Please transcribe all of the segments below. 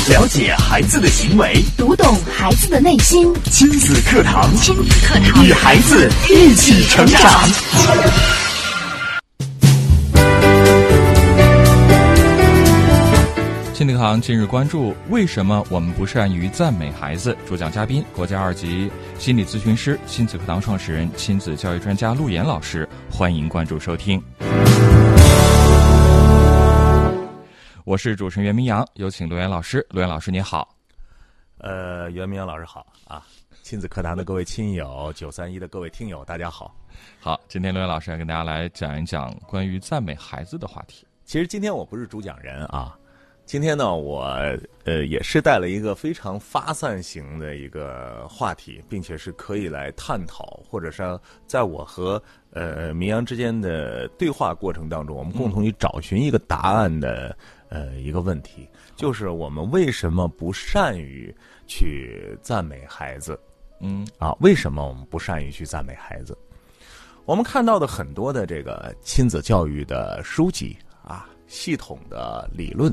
了解孩子的行为， 读懂孩子的内心。 亲子课堂， 与孩子一起成长。 亲子课堂今日关注：为什么我们不善于赞美孩子？主讲嘉宾：国家2级心理咨询师、亲子课堂创始人、亲子教育专家陆岩老师。欢迎关注收听。我是主持人袁明阳，有请陆岩老师。陆岩老师你好。 袁明阳老师好啊！亲子课堂的各位亲友，931的各位听友，大家好。 好，今天陆岩老师要跟大家来讲一讲关于赞美孩子的话题。 其实今天我不是主讲人啊。今天呢，我也是带了一个非常发散型的一个话题，并且是可以来探讨，或者是在我和明阳之间的对话过程当中，我们共同去找寻一个答案的一个问题，就是我们为什么不善于去赞美孩子？为什么我们不善于去赞美孩子？我们看到的很多的这个亲子教育的书籍啊，系统的理论。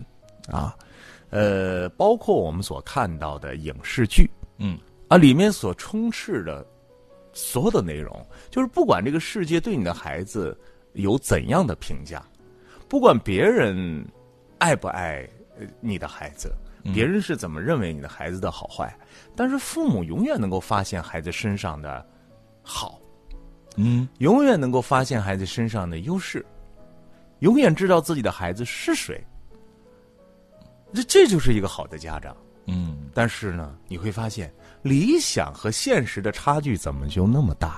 包括我们所看到的影视剧，里面所充斥的所有的内容，就是不管这个世界对你的孩子有怎样的评价，不管别人爱不爱你的孩子，别人是怎么认为你的孩子的好坏，但是父母永远能够发现孩子身上的好，永远能够发现孩子身上的优势，永远知道自己的孩子是谁。这就是一个好的家长，但是呢，你会发现理想和现实的差距怎么就那么大？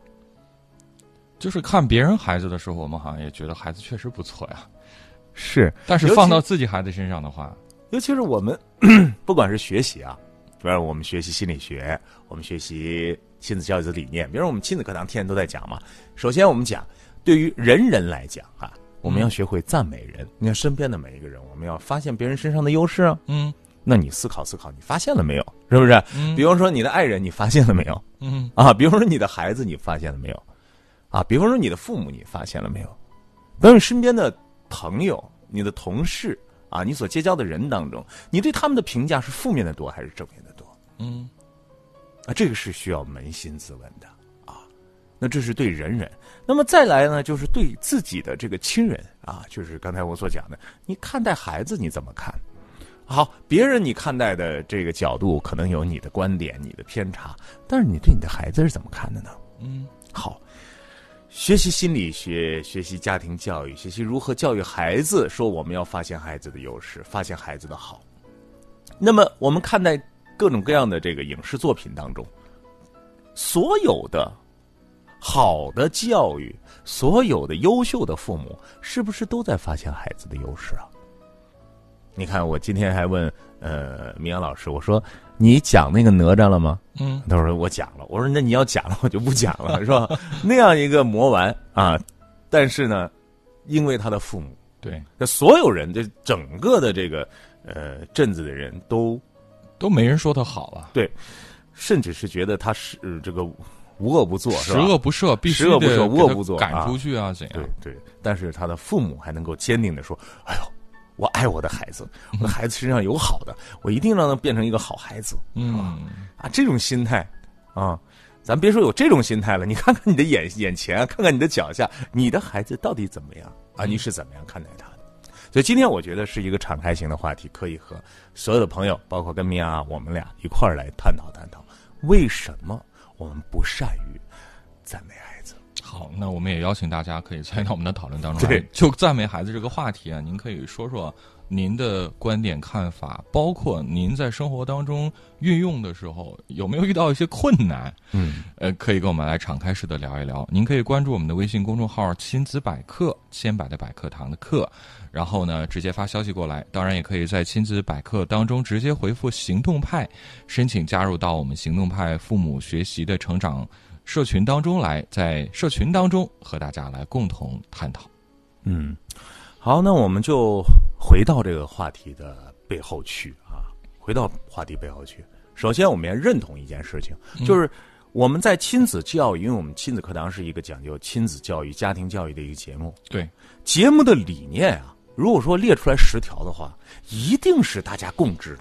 就是看别人孩子的时候，我们好像也觉得孩子确实不错呀， 是， 但是放到自己孩子身上的话， 尤其是我们不管是学习啊，比如我们学习心理学，我们学习亲子教育的理念，比如我们亲子课堂天天都在讲嘛。首先我们讲，对于人来讲啊。我们要学会赞美人，你看身边的每一个人，我们要发现别人身上的优势啊。那你思考思考，你发现了没有？是不是？比方说你的爱人，你发现了没有？比方说你的孩子，你发现了没有？比方说你的父母，你发现了没有？比方说你身边的朋友、你的同事啊，你所结交的人当中，你对他们的评价是负面的多还是正面的多？这个是需要扪心自问的。那这是对人，那么再来呢，就是对自己的这个亲人啊，就是刚才我所讲的，你看待孩子你怎么看？好，别人你看待的这个角度可能有你的观点、你的偏差，但是你对你的孩子是怎么看的呢？好，学习心理学，学习家庭教育，学习如何教育孩子，说我们要发现孩子的优势，发现孩子的好。那么我们看待各种各样的这个影视作品当中，所有的好的教育，所有的优秀的父母，是不是都在发现孩子的优势啊？你看，我今天还问明阳老师，我说你讲那个哪吒了吗？他说我讲了。我说那你要讲了，我就不讲了，是吧？那样一个魔丸啊，但是呢，因为他的父母， 对， 所有人，这整个的这个镇子的人都没人说他好啊， 对，甚至是觉得他是这个。无恶不作， 十恶不赦，必须得无恶不作赶出去啊，怎样？ 对，但是他的父母还能够坚定的说：“哎呦，我爱我的孩子，我的孩子身上有好的，我一定让他变成一个好孩子。”这种心态啊，咱别说有这种心态了，你看看你的眼前，看看你的脚下，你的孩子到底怎么样啊？你是怎么样看待他的？所以今天我觉得是一个敞开型的话题，可以和所有的朋友，包括跟明阳我们俩一块儿来探讨为什么我们不善于赞美孩子。 好，那我们也邀请大家可以参与到我们的讨论当中来。就赞美孩子这个话题啊，您可以说说您的观点看法，包括您在生活当中运用的时候有没有遇到一些困难？可以跟我们来敞开式的聊一聊。您可以关注我们的微信公众号亲子百科，千百的百课堂的课，然后呢直接发消息过来。当然也可以在亲子百科当中直接回复行动派，申请加入到我们行动派父母学习的成长社群当中来，在社群当中和大家来共同探讨。 好，那我们就回到这个话题的背后去啊，回到话题背后去。首先我们要认同一件事情，就是我们在亲子教育，因为我们亲子课堂是一个讲究亲子教育、家庭教育的一个节目。 对， 节目的理念啊，如果说列出来10条的话，一定是大家共知的，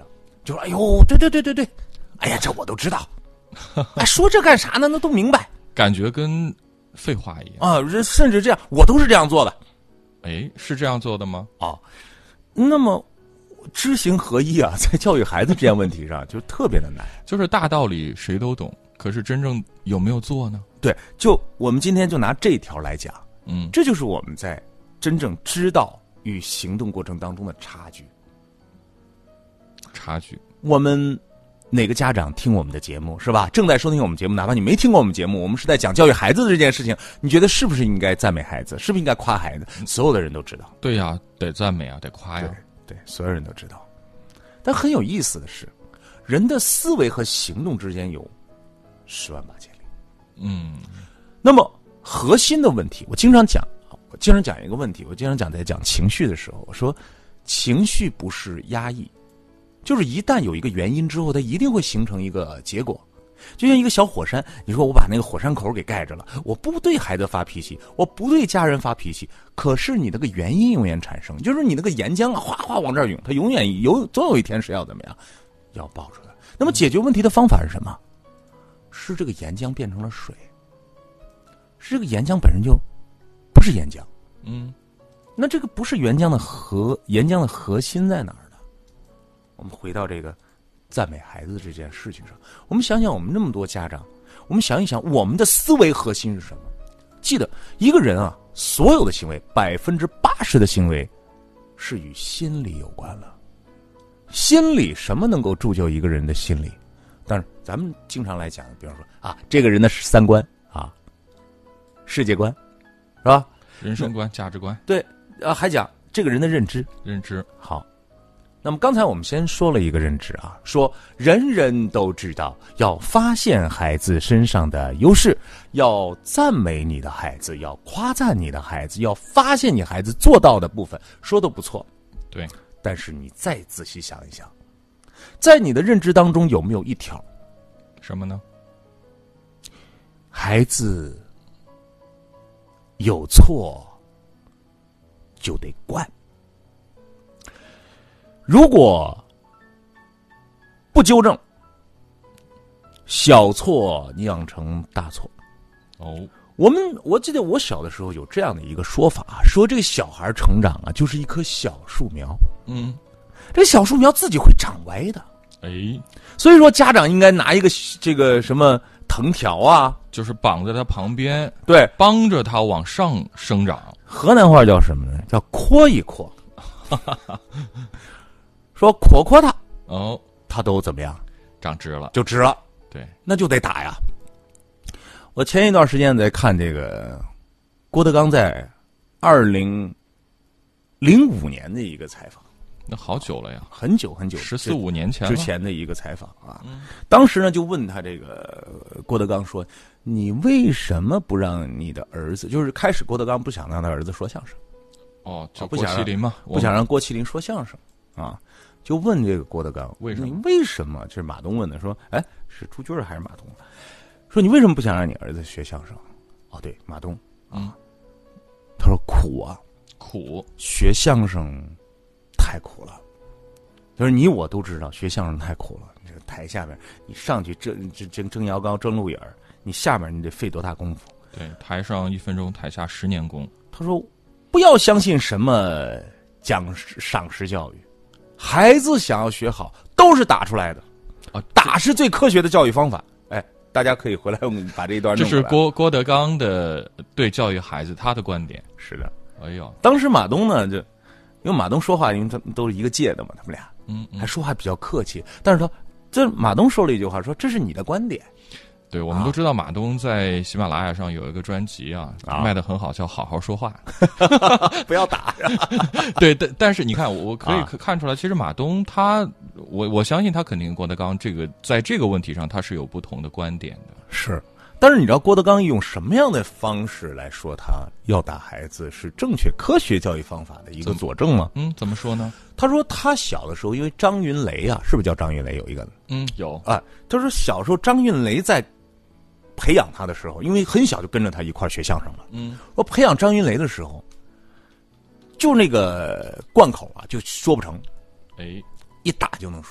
就说：“哎呦，对，哎呀，这我都知道。哎，说这干啥呢？那都明白， 感觉跟废话一样啊！甚至这样，我都是这样做的。 哎，是这样做的吗？ 啊，那么知行合一啊，在教育孩子这样问题上就特别的难。 就是大道理谁都懂，可是真正有没有做呢？ 对，就我们今天就拿这条来讲，这就是我们在真正知道与行动过程当中的差距。我们哪个家长听我们的节目是吧？正在收听我们节目，哪怕你没听过我们节目，我们是在讲教育孩子的这件事情，你觉得是不是应该赞美孩子？是不是应该夸孩子？所有的人都知道。 对呀，得赞美啊，得夸呀。 对，所有人都知道。但很有意思的是，人的思维和行动之间有10万8千里。那么核心的问题，我经常讲一个问题，我经常讲在讲情绪的时候，我说情绪不是压抑，就是一旦有一个原因之后，它一定会形成一个结果。就像一个小火山，你说我把那个火山口给盖着了，我不对孩子发脾气，我不对家人发脾气，可是你那个原因永远产生，就是你那个岩浆啊，哗哗往这儿涌，它永远总有一天是要怎么样，要爆出来。那么解决问题的方法是什么？是这个岩浆变成了水，是这个岩浆本身就不是岩浆。那这个不是岩浆的核心在哪儿呢？我们回到这个赞美孩子的这件事情上，我们想想我们那么多家长，我们想一想我们的思维核心是什么？记得一个人啊，所有的行为80%的行为是与心理有关了。心理什么能够铸就一个人的心理？但是咱们经常来讲，比方说啊，这个人的3观啊，世界观，是吧？ 人生观、价值观。 对，还讲这个人的认知。好。那么刚才我们先说了一个认知啊，说人人都知道要发现孩子身上的优势，要赞美你的孩子，要夸赞你的孩子，要发现你孩子做到的部分，说的不错。 对， 但是你再仔细想一想，在你的认知当中有没有一条？ 什么呢？ 孩子有错就得惯。如果不纠正，小错酿成大错。我记得我小的时候有这样的一个说法，说这个小孩成长啊，就是一棵小树苗。这小树苗自己会长歪的。所以说家长应该拿一个这个什么藤条啊， 就是绑在他旁边， 对， 帮着他往上生长。 河南话叫什么呢？叫扩一扩。说扩它，它都怎么样？ 长直了， 就直了。 对， 那就得打呀。我前一段时间在看这个郭德纲在2005年的一个采访， 那好久了呀， 很久 14、15年前之前的一个采访啊。当时呢就问他这个郭德纲说：“你为什么不让你的儿子？”就是开始郭德纲不想让他儿子说相声， 就郭麒麟嘛， 不想让郭麒麟说相声啊。就问这个郭德纲，你为什么？这是马东问的，说，哎，是朱军还是马东？说你为什么不想让你儿子学相声？对，马东啊。他说苦啊，学相声太苦了。就是你我都知道，学相声太苦了。这个台下面，你上去蒸牙膏、蒸鹿眼儿，你下面你得费多大功夫？ 对，台上1分钟，台下10年功。 他说，不要相信什么赏识教育。孩子想要学好，都是打出来的，打是最科学的教育方法。大家可以回来我们把这一段弄出来。 这是郭德纲的对教育孩子他的观点。 是的， 当时马东呢，就因为马东说话，因为他们都是一个界的嘛，他们俩，还说话比较客气。但是这马东说了一句话，说这是你的观点。 对，我们都知道马东在喜马拉雅上有一个专辑卖得很好，叫《好好说话》， 不要打。 对，但是你看，我可以看出来，其实马东我相信他肯定郭德纲在这个问题上他是有不同的观点的。 是，但是你知道郭德纲用什么样的方式来说他要打孩子是正确科学教育方法的一个佐证吗？ 怎么说呢？ 他说他小的时候，因为张云雷啊，是不是叫张云雷？有一个有他说小时候张云雷在培养他的时候，因为很小就跟着他一块学相声了。我培养张云雷的时候，就那个贯口啊，就说不成，一打就能说成。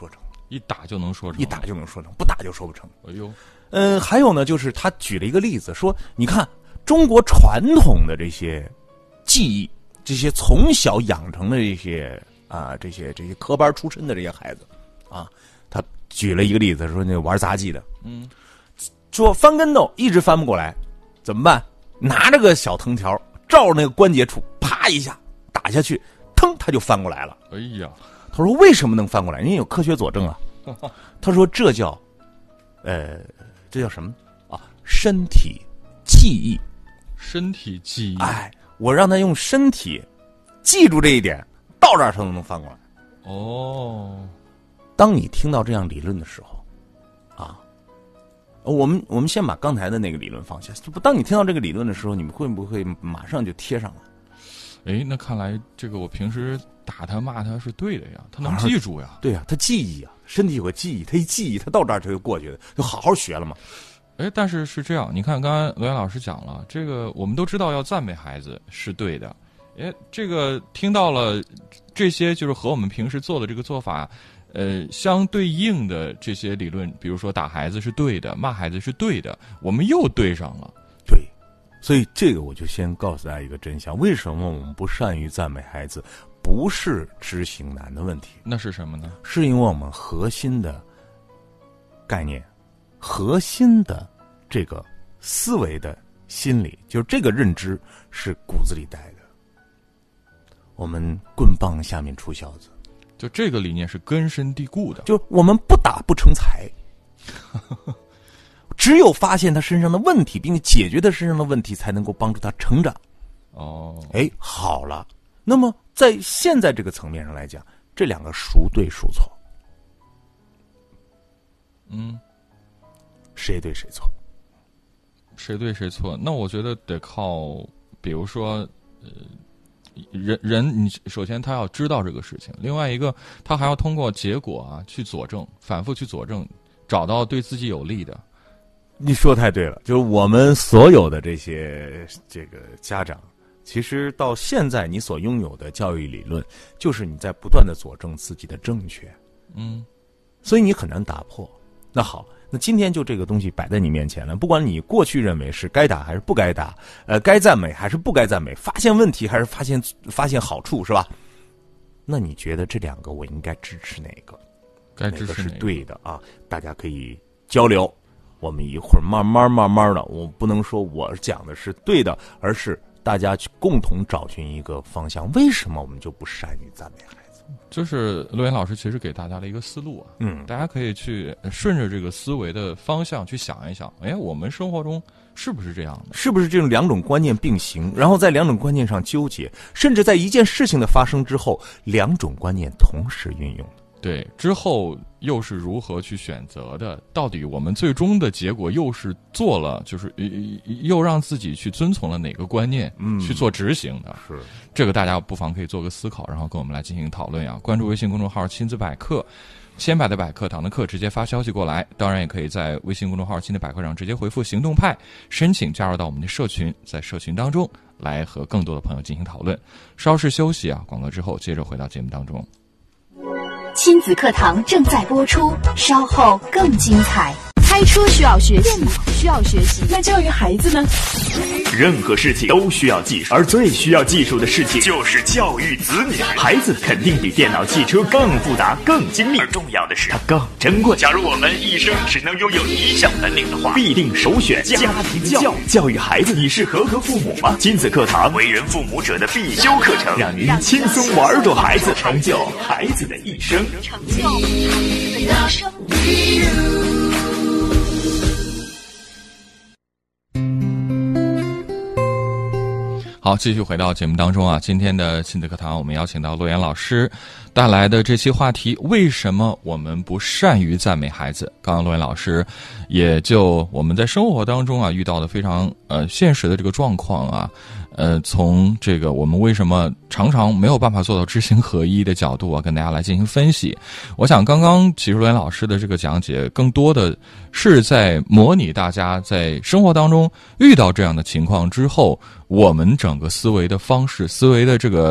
一打就能说成， 一打就能说成，不打就说不成。 哎呦， 还有呢，就是他举了一个例子，说你看中国传统的这些技艺，这些从小养成的这些科班出身的这些孩子啊，他举了一个例子，说那玩杂技的，说翻跟斗一直翻不过来，怎么办？拿着个小藤条照着那个关节处，啪一下打下去，腾他就翻过来了。 哎呀， 他说为什么能翻过来？人家有科学佐证啊。他说这叫什么啊？身体记忆。 身体记忆。 哎，我让他用身体记住这一点，到这儿他都能翻过来。 哦， 当你听到这样理论的时候，啊，我们先把刚才的那个理论放下。当你听到这个理论的时候，你们会不会马上就贴上来？ 哎，那看来这个我平时打他骂他是对的呀，他能记住呀。 对呀，他记忆啊，身体有个记忆，他一记忆，他到这儿他就过去了，就好好学了嘛。 哎，但是是这样，你看刚才罗岩老师讲了，这个我们都知道要赞美孩子是对的。哎，这个听到了这些，就是和我们平时做的这个做法，相对应的这些理论，比如说打孩子是对的，骂孩子是对的，我们又对上了。 对，所以这个我就先告诉大家一个真相：为什么我们不善于赞美孩子？不是执行难的问题， 那是什么呢？ 是因为我们核心的概念。核心的这个思维的心理，就是这个认知是骨子里带的。我们棍棒下面出孝子， 就这个理念是根深蒂固的。 就我们不打不成才，只有发现他身上的问题，并且解决他身上的问题，才能够帮助他成长。 哦， 哎，好了，那么在现在这个层面上来讲，这两个孰对孰错？谁对谁错？ 谁对谁错？那我觉得得靠，比如说，人，你首先他要知道这个事情，另外一个他还要通过结果啊去佐证，反复去佐证，找到对自己有利的。 你说太对了，就是我们所有的这个家长，其实到现在你所拥有的教育理论，就是你在不断的佐证自己的正确。所以你很难打破。那好。那今天就这个东西摆在你面前了，不管你过去认为是该打还是不该打，该赞美还是不该赞美，发现问题还是发现好处，是吧？那你觉得这两个我应该支持哪个？ 该支持哪个是对的啊？大家可以交流，我们一会儿慢慢的，我不能说我讲的是对的，而是大家去共同找寻一个方向。为什么我们就不善于赞美孩子？ 就是陆岩老师其实给大家的一个思路啊，大家可以去顺着这个思维的方向去想一想，哎，我们生活中是不是这样的？ 是不是这种两种观念并行，然后在两种观念上纠结，甚至在一件事情的发生之后，两种观念同时运用？ 对，之后又是如何去选择的？到底我们最终的结果又是做了，就是又让自己去遵从了哪个观念，去做执行的？ 是这个，大家不妨可以做个思考，然后跟我们来进行讨论呀。关注微信公众号“亲子百科”，先把的百课堂的课直接发消息过来，当然也可以在微信公众号“亲子百科”上直接回复“行动派”，申请加入到我们的社群，在社群当中来和更多的朋友进行讨论。稍事休息啊，广告之后接着回到节目当中。 亲子课堂正在播出，稍后更精彩。开车需要学习，电脑需要学习，那教育孩子呢？ 任何事情都需要技术，而最需要技术的事情就是教育子女。孩子肯定比电脑、汽车更复杂、更精密，而重要的是它更珍贵。假如我们一生只能拥有一项本领的话，必定首选家庭教育。教育孩子，你是合格父母吗？亲子课堂，为人父母者的必修课程，让您轻松玩转孩子，成就孩子的一生。 成就孩子的一生。 好，继续回到节目当中啊，今天的亲子课堂，我们邀请到陆岩老师带来的这期话题：为什么我们不善于赞美孩子？刚刚陆岩老师也就我们在生活当中啊遇到的非常现实的这个状况啊，从这个我们为什么常常没有办法做到知行合一的角度啊，跟大家来进行分析。我想刚刚其实陆岩老师的这个讲解，更多的是在模拟大家在生活当中遇到这样的情况之后，我们整个思维的方式、思维的这个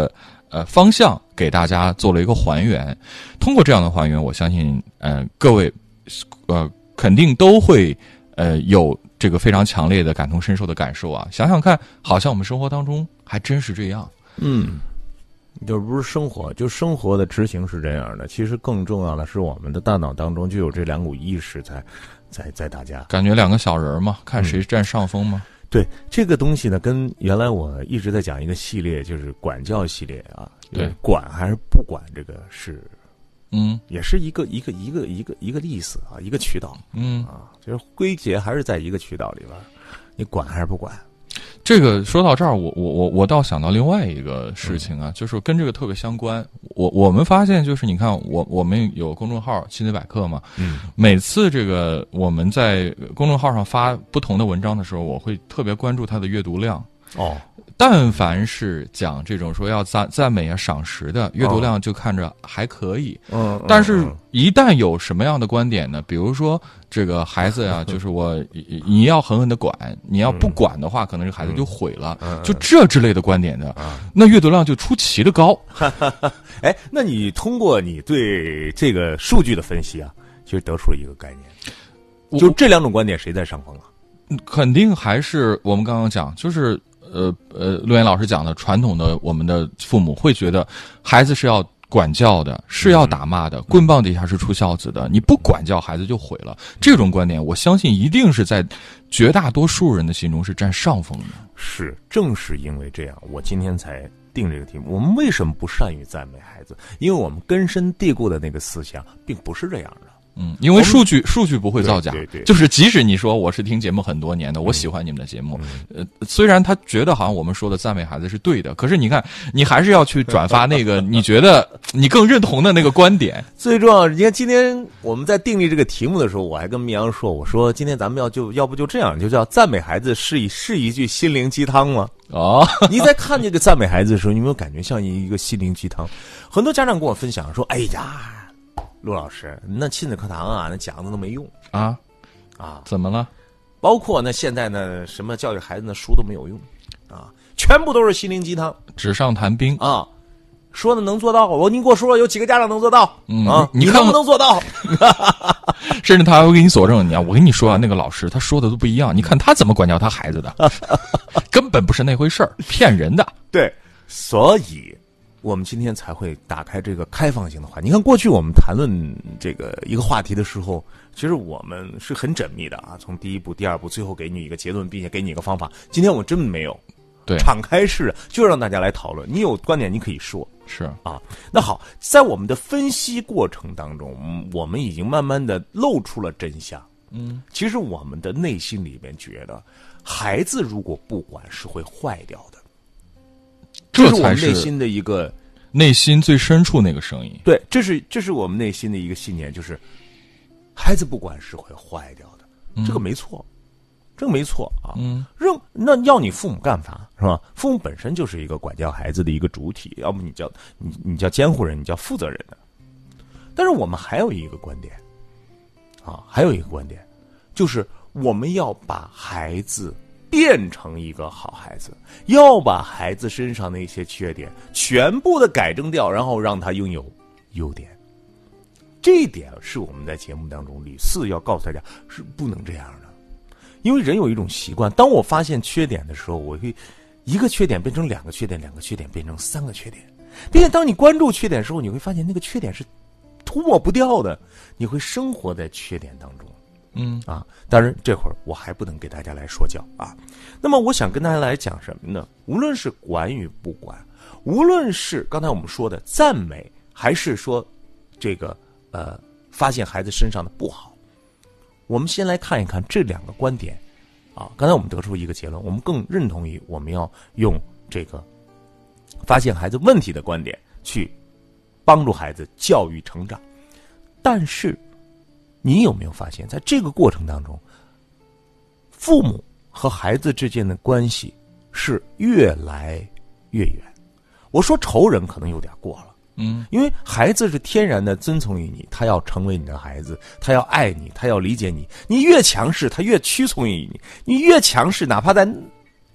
方向给大家做了一个还原。通过这样的还原，我相信各位肯定都会有这个非常强烈的感同身受的感受啊！想想看，好像我们生活当中还真是这样。 就不是生活，就生活的执行是这样的。其实更重要的是，我们的大脑当中就有这两股意识在打架， 感觉两个小人嘛，看谁占上风嘛。 对这个东西呢，跟原来我一直在讲一个系列，就是管教系列啊。 对， 管还是不管，这个是，也是一个意思啊，一个渠道，就是归结还是在一个渠道里边，你管还是不管？ 这个说到这儿，我倒想到另外一个事情啊，就是跟这个特别相关。我们发现，就是你看，我们有公众号亲子百科嘛，每次这个我们在公众号上发不同的文章的时候，我会特别关注它的阅读量。但凡是讲这种说要赞美啊、赏识的，阅读量就看着还可以。但是一旦有什么样的观点呢？比如说这个孩子呀，就是你要狠狠的管，你要不管的话，可能这孩子就毁了。就这之类的观点的，那阅读量就出奇的高。 哎，那你通过你对这个数据的分析啊，其实得出了一个概念，就这两种观点谁在上风啊？ 肯定还是我们刚刚讲，就是陆岩老师讲的，传统的我们的父母会觉得孩子是要管教的，是要打骂的，棍棒底下是出孝子的，你不管教孩子就毁了。这种观点，我相信一定是在绝大多数人的心中是占上风的。是， 正是因为这样，我今天才定这个题目。我们为什么不善于赞美孩子？因为我们根深蒂固的那个思想并不是这样的。 因为数据不会造假， 对， 就是即使你说我是听节目很多年的，我喜欢你们的节目，虽然他觉得好像我们说的赞美孩子是对的，可是你看，你还是要去转发那个你觉得你更认同的那个观点。 最重要，你看今天我们在订立这个题目的时候，我还跟明阳说，我说今天咱们要不就这样，就叫赞美孩子是一句心灵鸡汤吗？你在看这个赞美孩子的时候，你有没有感觉像一个心灵鸡汤？很多家长跟我分享说，哎呀，陆老师，那亲子课堂啊，那讲的都没用啊，怎么了？ 包括那现在呢，什么教育孩子的书都没有用啊，全部都是心灵鸡汤， 纸上谈兵啊，说的能做到。您给我说有几个家长能做到？你看能不能做到？ 甚至他还会给你佐证，我跟你说啊，那个老师他说的都不一样，你看他怎么管教他孩子的，根本不是那回事儿，骗人的。 对，所以我们今天才会打开这个开放性的话题。你看，过去我们谈论这个一个话题的时候，其实我们是很缜密的啊，从第一步、第二步，最后给你一个结论，并且给你一个方法。今天我真没有， 对， 敞开式就让大家来讨论。你有观点，你可以说， 是啊。那好，在我们的分析过程当中，我们已经慢慢的露出了真相。其实我们的内心里面觉得，孩子如果不管是会坏掉的。这是我们内心的一个内心最深处那个声音。 对，这是我们内心的一个信念，就是孩子不管是会坏掉的，这个没错，这个没错啊。那要你父母干嘛是吧？父母本身就是一个管教孩子的一个主体，要不你叫监护人，你叫负责人的。但是我们还有一个观点啊，还有一个观点，就是我们要把孩子变成一个好孩子，要把孩子身上的一些缺点全部的改正掉，然后让他拥有优点。这一点是我们在节目当中屡次要告诉大家是不能这样的。因为人有一种习惯，当我发现缺点的时候，我会一个缺点变成两个缺点，两个缺点变成三个缺点，并且当你关注缺点的时候，你会发现那个缺点是涂抹不掉的，你会生活在缺点当中。当然这会儿我还不能给大家来说教啊。那么我想跟大家来讲什么呢？无论是管与不管，无论是刚才我们说的赞美，还是说这个发现孩子身上的不好，我们先来看一看这两个观点啊。刚才我们得出一个结论，我们更认同于我们要用这个发现孩子问题的观点去帮助孩子教育成长。但是你有没有发现，在这个过程当中，父母和孩子之间的关系是越来越远？我说仇人可能有点过了，因为孩子是天然的遵从于你，他要成为你的孩子，他要爱你，他要理解你。你越强势，他越屈从于你；你越强势，哪怕在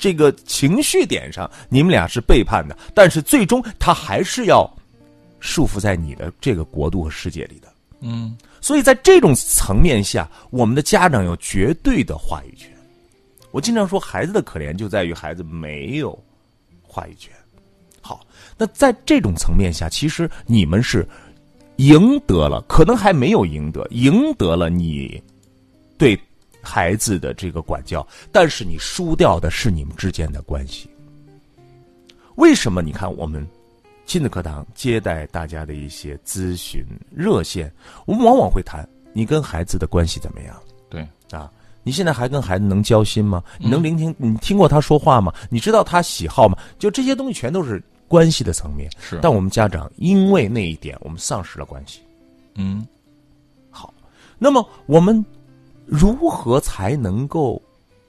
这个情绪点上，你们俩是背叛的，但是最终他还是要束缚在你的这个国度和世界里的。所以在这种层面下，我们的家长有绝对的话语权。我经常说，孩子的可怜就在于孩子没有话语权。好，那在这种层面下，其实你们是赢得了，可能还没有赢得了你对孩子的这个管教，但是你输掉的是你们之间的关系。为什么？你看我们亲子课堂接待大家的一些咨询热线，我们往往会谈你跟孩子的关系怎么样。 对啊，你现在还跟孩子能交心吗？你能聆听？你听过他说话吗？你知道他喜好吗？就这些东西全都是关系的层面。 是， 但我们家长因为那一点，我们丧失了关系。好，那么我们如何才能够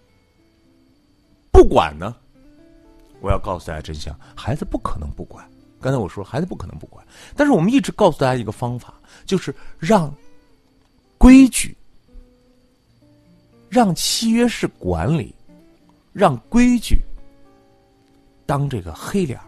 不管呢？我要告诉大家真相，孩子不可能不管。刚才我说孩子不可能不管，但是我们一直告诉大家一个方法，就是让规矩，让契约式管理，让规矩当这个黑脸，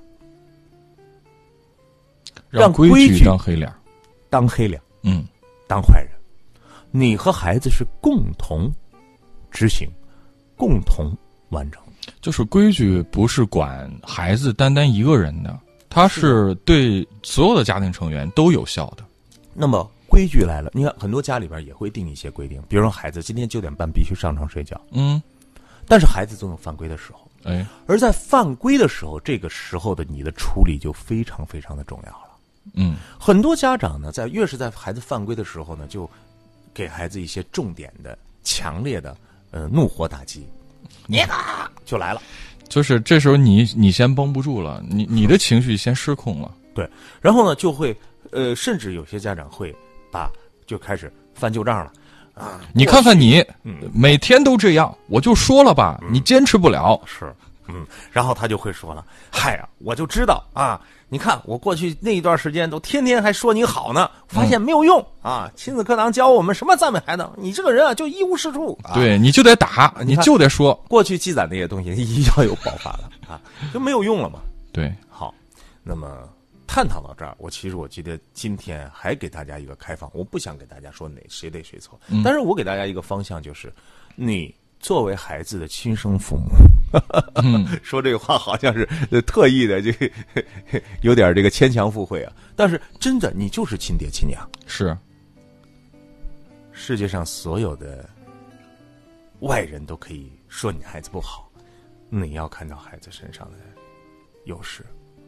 让规矩当黑脸， 当黑脸，当坏人。你和孩子是共同执行，共同完成。 就是规矩不是管孩子单单一个人的，它是对所有的家庭成员都有效的。 那么规矩来了，你看很多家里边也会定一些规定，比如说孩子今天9点半必须上床睡觉，但是孩子总有犯规的时候，而在犯规的时候，这个时候的你的处理就非常非常的重要了。很多家长呢，越是在孩子犯规的时候呢，就给孩子一些重点的、强烈的怒火打击，你就来了。 就是这时候你先绷不住了，你的情绪先失控了。 对，然后呢就会甚至有些家长会就开始翻旧账了啊！ 你看看你，每天都这样，我就说了吧，你坚持不了。 是，然后他就会说了，嗨呀，我就知道啊！你看我过去那一段时间都天天还说你好呢，发现没有用啊！亲子课堂教我们什么赞美孩子，你这个人啊就一无是处。 对，你就得打，你就得说。 过去积攒那些东西一要有爆发了啊，就没有用了嘛。 对， 好，那么探讨到这儿，我觉得今天还给大家一个开放，我不想给大家说谁对谁错，但是我给大家一个方向，就是你作为孩子的亲生父母，说这个话好像是特意的，有点这个牵强附会啊。但是真的，你就是亲爹亲娘。是，世界上所有的外人都可以说你孩子不好，你要看到孩子身上的优势。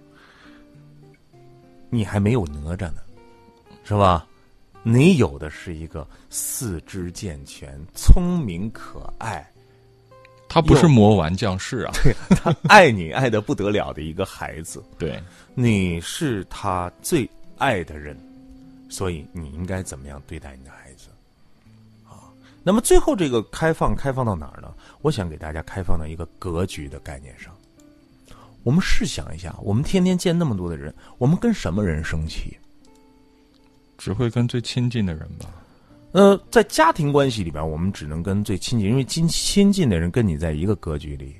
你还没有哪吒呢，是吧？你有的是一个四肢健全、聪明可爱， 他不是魔丸降世啊， 对，他爱你爱得不得了的一个孩子。 对， 你是他最爱的人，所以你应该怎么样对待你的孩子啊？那么最后这个开放到哪儿呢？我想给大家开放到一个格局的概念上。我们试想一下，我们天天见那么多的人，我们跟什么人生气？ 只会跟最亲近的人吧。 在家庭关系里边，我们只能跟最亲近，因为亲近的人跟你在一个格局里。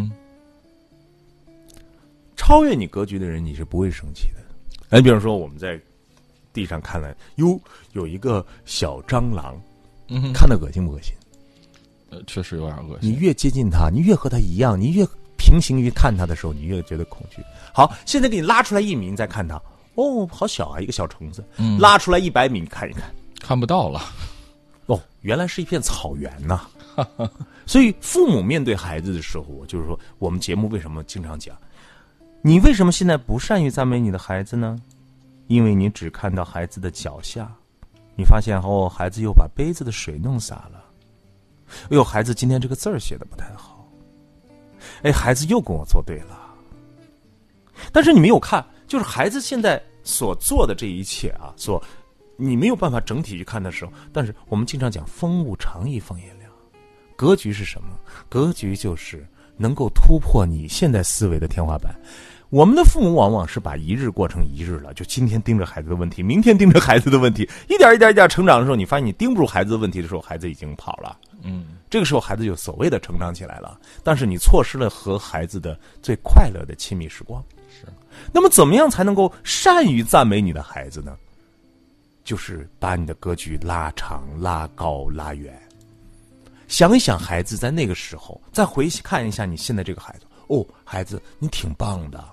超越你格局的人，你是不会生气的。比如说我们在地上看了，有一个小蟑螂，看得恶心不恶心？ 确实有点恶心。 你越接近它，你越和它一样，你越平行于看它的时候，你越觉得恐惧。好，现在给你拉出来1米，你再看它，哦，好小啊，一个小虫子。拉出来100米，你看一看， 看不到了。 哦，原来是一片草原呐。所以父母面对孩子的时候，就是说，我们节目为什么经常讲，你为什么现在不善于赞美你的孩子呢？因为你只看到孩子的脚下，你发现哦，孩子又把杯子的水弄洒了。哎呦，孩子今天这个字儿写的不太好。哎，孩子又跟我作对了。但是你没有看，就是孩子现在所做的这一切啊，你没有办法整体去看的时候，但是我们经常讲风物长宜风也凉。格局是什么？格局就是能够突破你现在思维的天花板。我们的父母往往是把一日过成一日了，就今天盯着孩子的问题，明天盯着孩子的问题，一点一点成长的时候，你发现你盯不住孩子的问题的时候，孩子已经跑了。 这个时候孩子就所谓的成长起来了，但是你错失了和孩子的最快乐的亲密时光。 是。 那么怎么样才能够善于赞美你的孩子呢？就是把你的格局拉长、拉高、拉远。想一想孩子在那个时候，再回看一下你现在这个孩子，哦，孩子你挺棒的。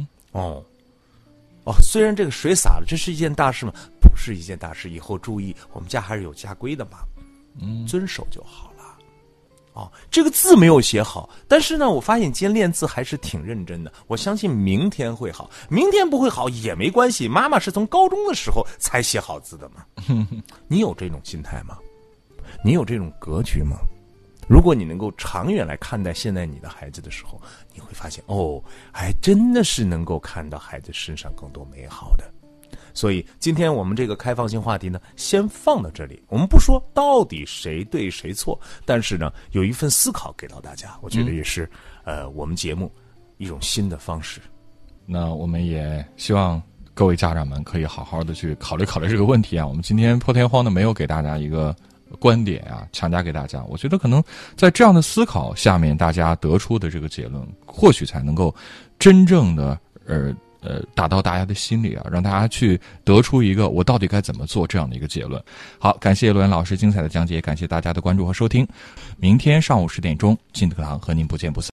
虽然这个水洒了，这是一件大事吗？不是一件大事，以后注意，我们家还是有家规的嘛，遵守就好了。这个字没有写好，但是呢，我发现今天练字还是挺认真的。我相信明天会好，明天不会好也没关系。妈妈是从高中的时候才写好字的嘛。你有这种心态吗？你有这种格局吗？如果你能够长远来看待现在你的孩子的时候，你会发现还真的是能够看到孩子身上更多美好的。所以今天我们这个开放性话题呢，先放到这里。我们不说到底谁对谁错，但是呢，有一份思考给到大家，我觉得也是我们节目一种新的方式。 那我们也希望各位家长们可以好好的去考虑考虑这个问题啊。我们今天破天荒的没有给大家一个观点啊，强加给大家。我觉得可能在这样的思考下面，大家得出的这个结论，或许才能够真正的打到大家的心里啊，让大家去得出一个我到底该怎么做这样的一个结论。好，感谢罗源老师精彩的讲解，感谢大家的关注和收听。明天上午10点钟，亲子课堂和您不见不散。